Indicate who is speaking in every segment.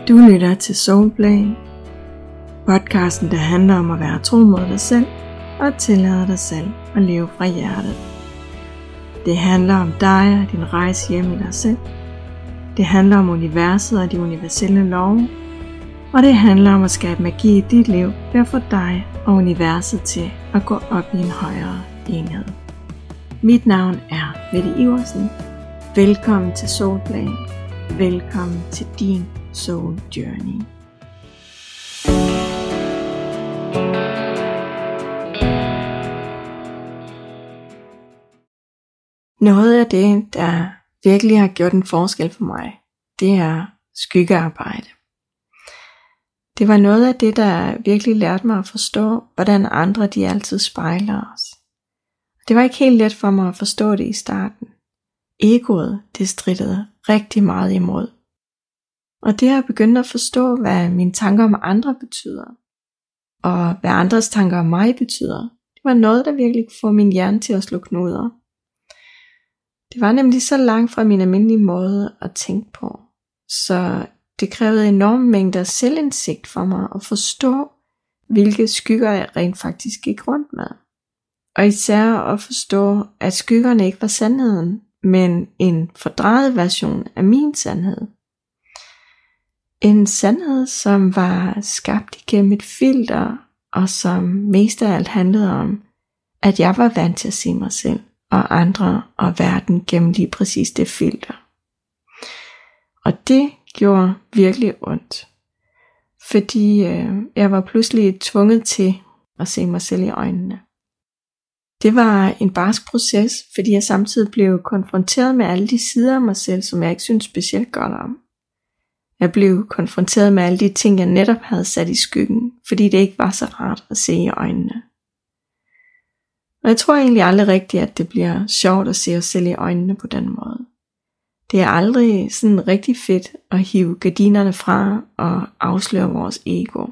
Speaker 1: Du lytter til Soulplay, podcasten der handler om at være tro mod dig selv og tillade dig selv at leve fra hjertet. Det handler om dig og din rejse hjem i dig selv. Det handler om universet og de universelle love. Og det handler om at skabe magi i dit liv ved at få dig og universet til at gå op i en højere enhed. Mit navn er Mette Iversen. Velkommen til Soulplay. Velkommen til din Soul Journey. Noget af det, der virkelig har gjort en forskel for mig, det er skyggearbejde. Det var noget af det, der virkelig lærte mig at forstå, hvordan andre de altid spejler os. Det var ikke helt let for mig at forstå det i starten. Egoet, det strittede rigtig meget imod. Og det har begyndt at forstå, hvad mine tanker om andre betyder, og hvad andres tanker om mig betyder, det var noget, der virkelig får min hjerne til at slå knuder. Det var nemlig så langt fra min almindelige måde at tænke på, så det krævede enorme mængder selvindsigt for mig at forstå, hvilke skygger jeg rent faktisk gik rundt med. Og især at forstå, at skyggerne ikke var sandheden, men en fordrejet version af min sandhed. En sandhed, som var skabt igennem et filter, og som mest af alt handlede om, at jeg var vant til at se mig selv og andre og verden gennem lige præcis det filter. Og det gjorde virkelig ondt, fordi jeg var pludselig tvunget til at se mig selv i øjnene. Det var en barsk proces, fordi jeg samtidig blev konfronteret med alle de sider af mig selv, som jeg ikke synes specielt godt om. Jeg blev konfronteret med alle de ting, jeg netop havde sat i skyggen, fordi det ikke var så rart at se i øjnene. Og jeg tror egentlig aldrig rigtigt, at det bliver sjovt at se os selv i øjnene på den måde. Det er aldrig sådan rigtig fedt at hive gardinerne fra og afsløre vores ego.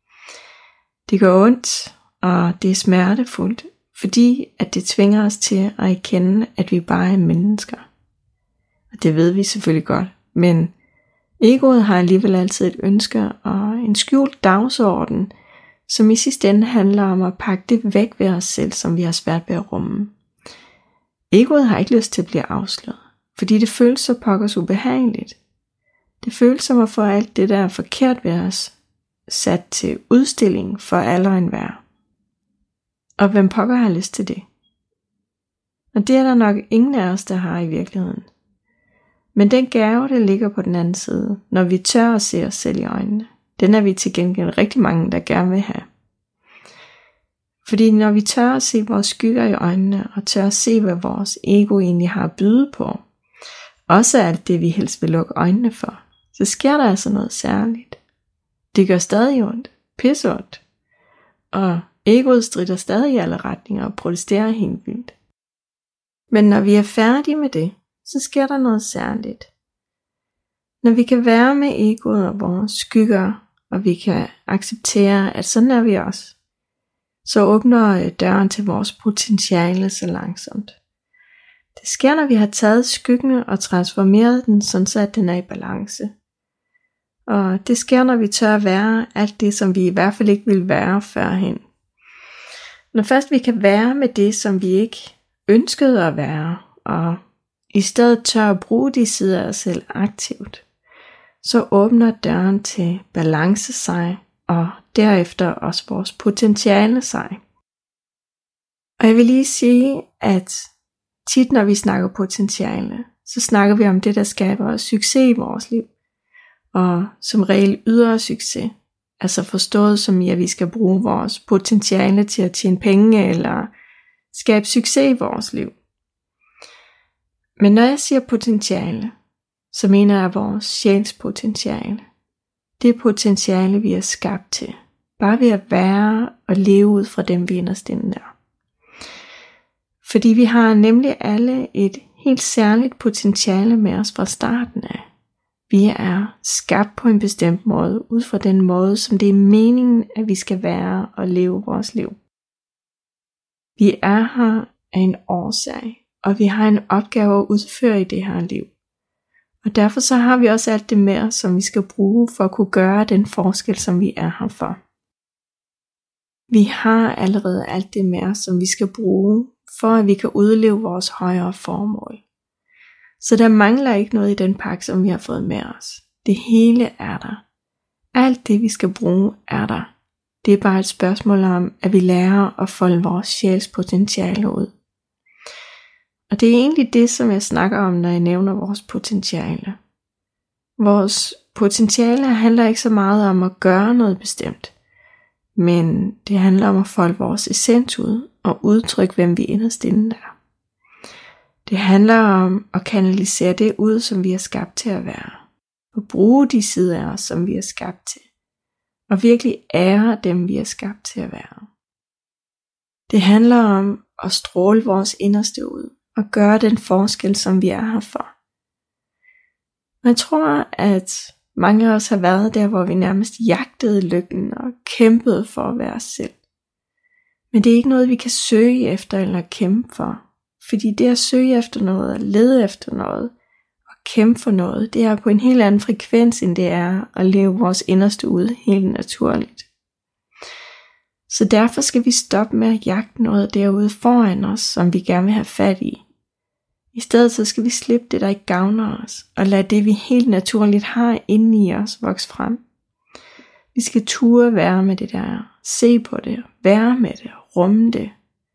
Speaker 1: Det gør ondt, og det er smertefuldt, fordi at det tvinger os til at erkende, at vi bare er mennesker. Og det ved vi selvfølgelig godt, men egoet har alligevel altid et ønske og en skjult dagsorden, som i sidste ende handler om at pakke det væk ved os selv, som vi har svært ved at rumme. Egoet har ikke lyst til at blive afsløret, fordi det føles så pokkers ubehageligt. Det føles som at få alt det, der er forkert ved os, sat til udstilling for alle og enhver. Og hvem pokker har lyst til det? Og det er der nok ingen af os, der har i virkeligheden. Men den gave, der ligger på den anden side, når vi tør at se os selv i øjnene, den er vi til gengæld rigtig mange, der gerne vil have. Fordi når vi tør at se vores skygger i øjnene, og tør at se, hvad vores ego egentlig har at byde på, også alt det, vi helst vil lukke øjnene for, så sker der altså noget særligt. Det gør stadig ondt, pisseondt, og egoet stritter stadig i alle retninger og protesterer helt vildt. Men når vi er færdige med det, så sker der noget særligt. Når vi kan være med egoet og vores skygger, og vi kan acceptere, at sådan er vi også, så åbner døren til vores potentiale så langsomt. Det sker, når vi har taget skyggen og transformeret den, sådan så at den er i balance. Og det sker, når vi tør at være alt det, som vi i hvert fald ikke ville være førhen. Når først vi kan være med det, som vi ikke ønskede at være, og i stedet tør at bruge de sider af os selv aktivt, så åbner døren til balance sig, og derefter også vores potentiale sig. Og jeg vil lige sige, at tit når vi snakker potentiale, så snakker vi om det, der skaber succes i vores liv, og som regel ydre succes. Altså forstået som i, at vi skal bruge vores potentiale til at tjene penge, eller skabe succes i vores liv. Men når jeg siger potentiale, så mener jeg vores sjælspotentiale. Det potentiale, vi er skabt til. Bare ved at være og leve ud fra dem, vi inderst inde er. Fordi vi har nemlig alle et helt særligt potentiale med os fra starten af. Vi er skabt på en bestemt måde, ud fra den måde, som det er meningen, at vi skal være og leve vores liv. Vi er her af en årsag, og vi har en opgave at udføre i det her liv. Og derfor så har vi også alt det mere, som vi skal bruge for at kunne gøre den forskel, som vi er her for. Vi har allerede alt det mere, som vi skal bruge, for at vi kan udleve vores højere formål. Så der mangler ikke noget i den pakke, som vi har fået med os. Det hele er der. Alt det, vi skal bruge, er der. Det er bare et spørgsmål om, at vi lærer at folde vores sjæls potentiale ud. Og det er egentlig det, som jeg snakker om, når jeg nævner vores potentiale. Vores potentiale handler ikke så meget om at gøre noget bestemt, men det handler om at folde vores essens ud og udtrykke, hvem vi inderst inde er. Det handler om at kanalisere det ud, som vi er skabt til at være. Og bruge de sider af os, som vi er skabt til. Og virkelig ære dem, vi er skabt til at være. Det handler om at stråle vores inderste ud. Og gøre den forskel, som vi er her for. Og jeg tror, at mange af os har været der, hvor vi nærmest jagtede lykken og kæmpede for at være os selv. Men det er ikke noget, vi kan søge efter eller kæmpe for. Fordi det at søge efter noget og lede efter noget og kæmpe for noget, det er på en helt anden frekvens, end det er at leve vores inderste ud helt naturligt. Så derfor skal vi stoppe med at jagte noget derude foran os, som vi gerne vil have fat i. I stedet så skal vi slippe det, der ikke gavner os, og lade det, vi helt naturligt har inde i os, vokse frem. Vi skal ture være med det der, se på det, være med det, rumme det.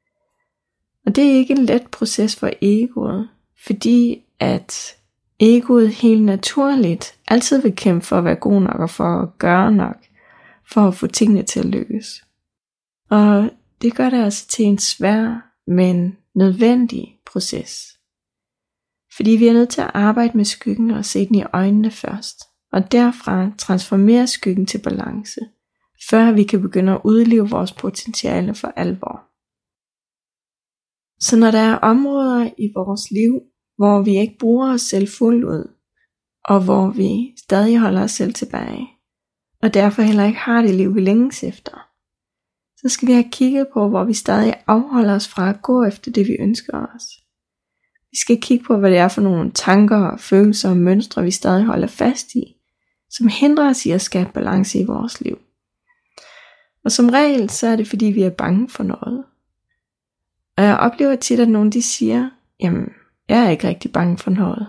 Speaker 1: Og det er ikke en let proces for egoet, fordi at egoet helt naturligt altid vil kæmpe for at være god nok og for at gøre nok, for at få tingene til at lykkes. Og det gør det altså til en svær, men nødvendig proces. Fordi vi er nødt til at arbejde med skyggen og se den i øjnene først, og derfra transformere skyggen til balance, før vi kan begynde at udleve vores potentiale for alvor. Så når der er områder i vores liv, hvor vi ikke bruger os selv fuldt ud, og hvor vi stadig holder os selv tilbage, og derfor heller ikke har det liv, vi længes efter, så skal vi have kigget på, hvor vi stadig afholder os fra at gå efter det, vi ønsker os. Vi skal kigge på, hvad det er for nogle tanker, følelser og mønstre, vi stadig holder fast i, som hindrer os i at skabe balance i vores liv. Og som regel, så er det fordi, vi er bange for noget. Og jeg oplever tit, at nogen de siger, jamen, jeg er ikke rigtig bange for noget.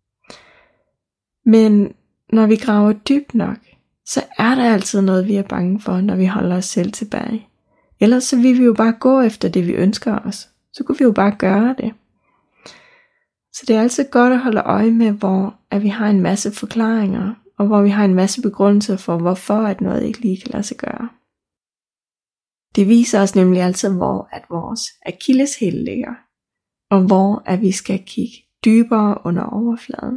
Speaker 1: Men når vi graver dybt nok, så er der altid noget, vi er bange for, når vi holder os selv tilbage. Ellers så vil vi jo bare gå efter det, vi ønsker os. Så kunne vi jo bare gøre det. Så det er altid godt at holde øje med, hvor at vi har en masse forklaringer, og hvor vi har en masse begrundelser for, hvorfor at noget ikke lige kan lade sig gøre. Det viser os nemlig altid, hvor at vores akilleshæl ligger, og hvor at vi skal kigge dybere under overfladen.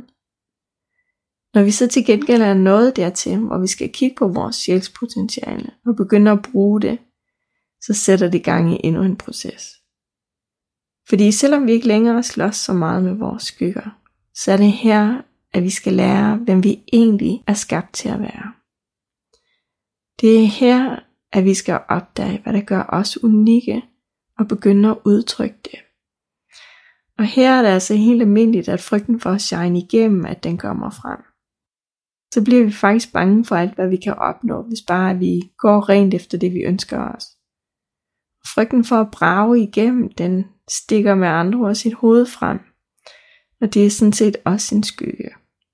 Speaker 1: Når vi så til gengæld er nået dertil, hvor vi skal kigge på vores sjælspotentiale og begynde at bruge det, så sætter det gang i endnu en proces. Fordi selvom vi ikke længere slås så meget med vores skygger, så er det her, at vi skal lære, hvem vi egentlig er skabt til at være. Det er her, at vi skal opdage, hvad der gør os unikke, og begynde at udtrykke det. Og her er det altså helt almindeligt, at frygten for at shine igennem, at den kommer frem. Så bliver vi faktisk bange for alt, hvad vi kan opnå, hvis bare vi går rent efter det, vi ønsker os. Frygten for at brage igennem, den stikker med andre ord sit hoved frem. Og det er sådan set også en skygge.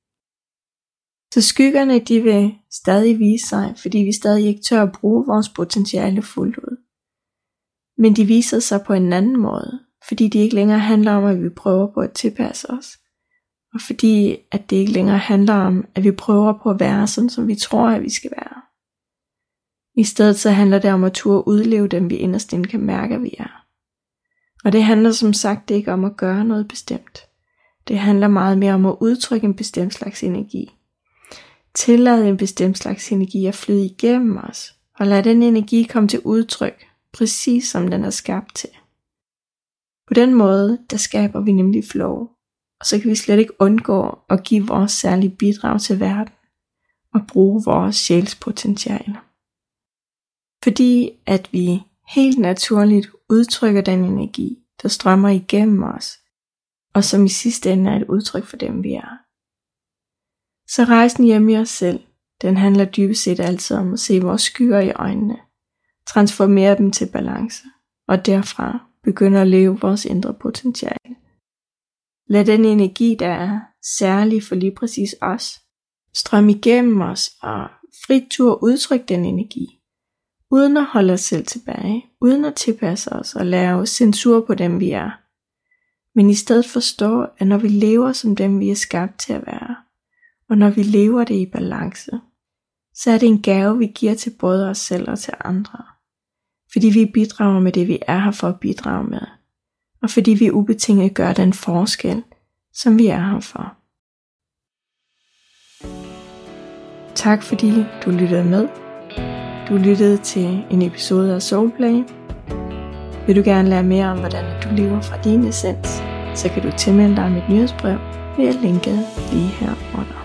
Speaker 1: Så skyggerne, de vil stadig vise sig, fordi vi stadig ikke tør at bruge vores potentiale fuldt ud. Men de viser sig på en anden måde, fordi de ikke længere handler om, at vi prøver på at tilpasse os. Og fordi at det ikke længere handler om, at vi prøver på at være sådan, som vi tror, at vi skal være. I stedet så handler det om at turde udleve dem, vi inderst inde kan mærke, at vi er. Og det handler som sagt ikke om at gøre noget bestemt. Det handler meget mere om at udtrykke en bestemt slags energi. Tillade en bestemt slags energi at flyde igennem os, og lad den energi komme til udtryk, præcis som den er skabt til. På den måde, der skaber vi nemlig flow, og så kan vi slet ikke undgå at give vores særlige bidrag til verden, og bruge vores sjælspotentiale. Fordi at vi helt naturligt udtrykker den energi, der strømmer igennem os, og som i sidste ende er et udtryk for dem, vi er. Så rejsen hjemme i os selv, den handler dybest set altid om at se vores skyer i øjnene, transformere dem til balance, og derfra begynde at leve vores indre potentiale. Lad den energi, der er særlig for lige præcis os, strømme igennem os og frit tur udtrykke den energi, uden at holde os selv tilbage, uden at tilpasse os og lave censur på dem vi er. Men i stedet forstå, at når vi lever som dem vi er skabt til at være, og når vi lever det i balance, så er det en gave vi giver til både os selv og til andre. Fordi vi bidrager med det vi er her for at bidrage med, og fordi vi ubetinget gør den forskel, som vi er her for. Tak fordi du lyttede med. Du lyttede til en episode af Soulplay. Vil du gerne lære mere om, hvordan du lever fra din essens, så kan du tilmelde dig mit nyhedsbrev ved at linke lige her under.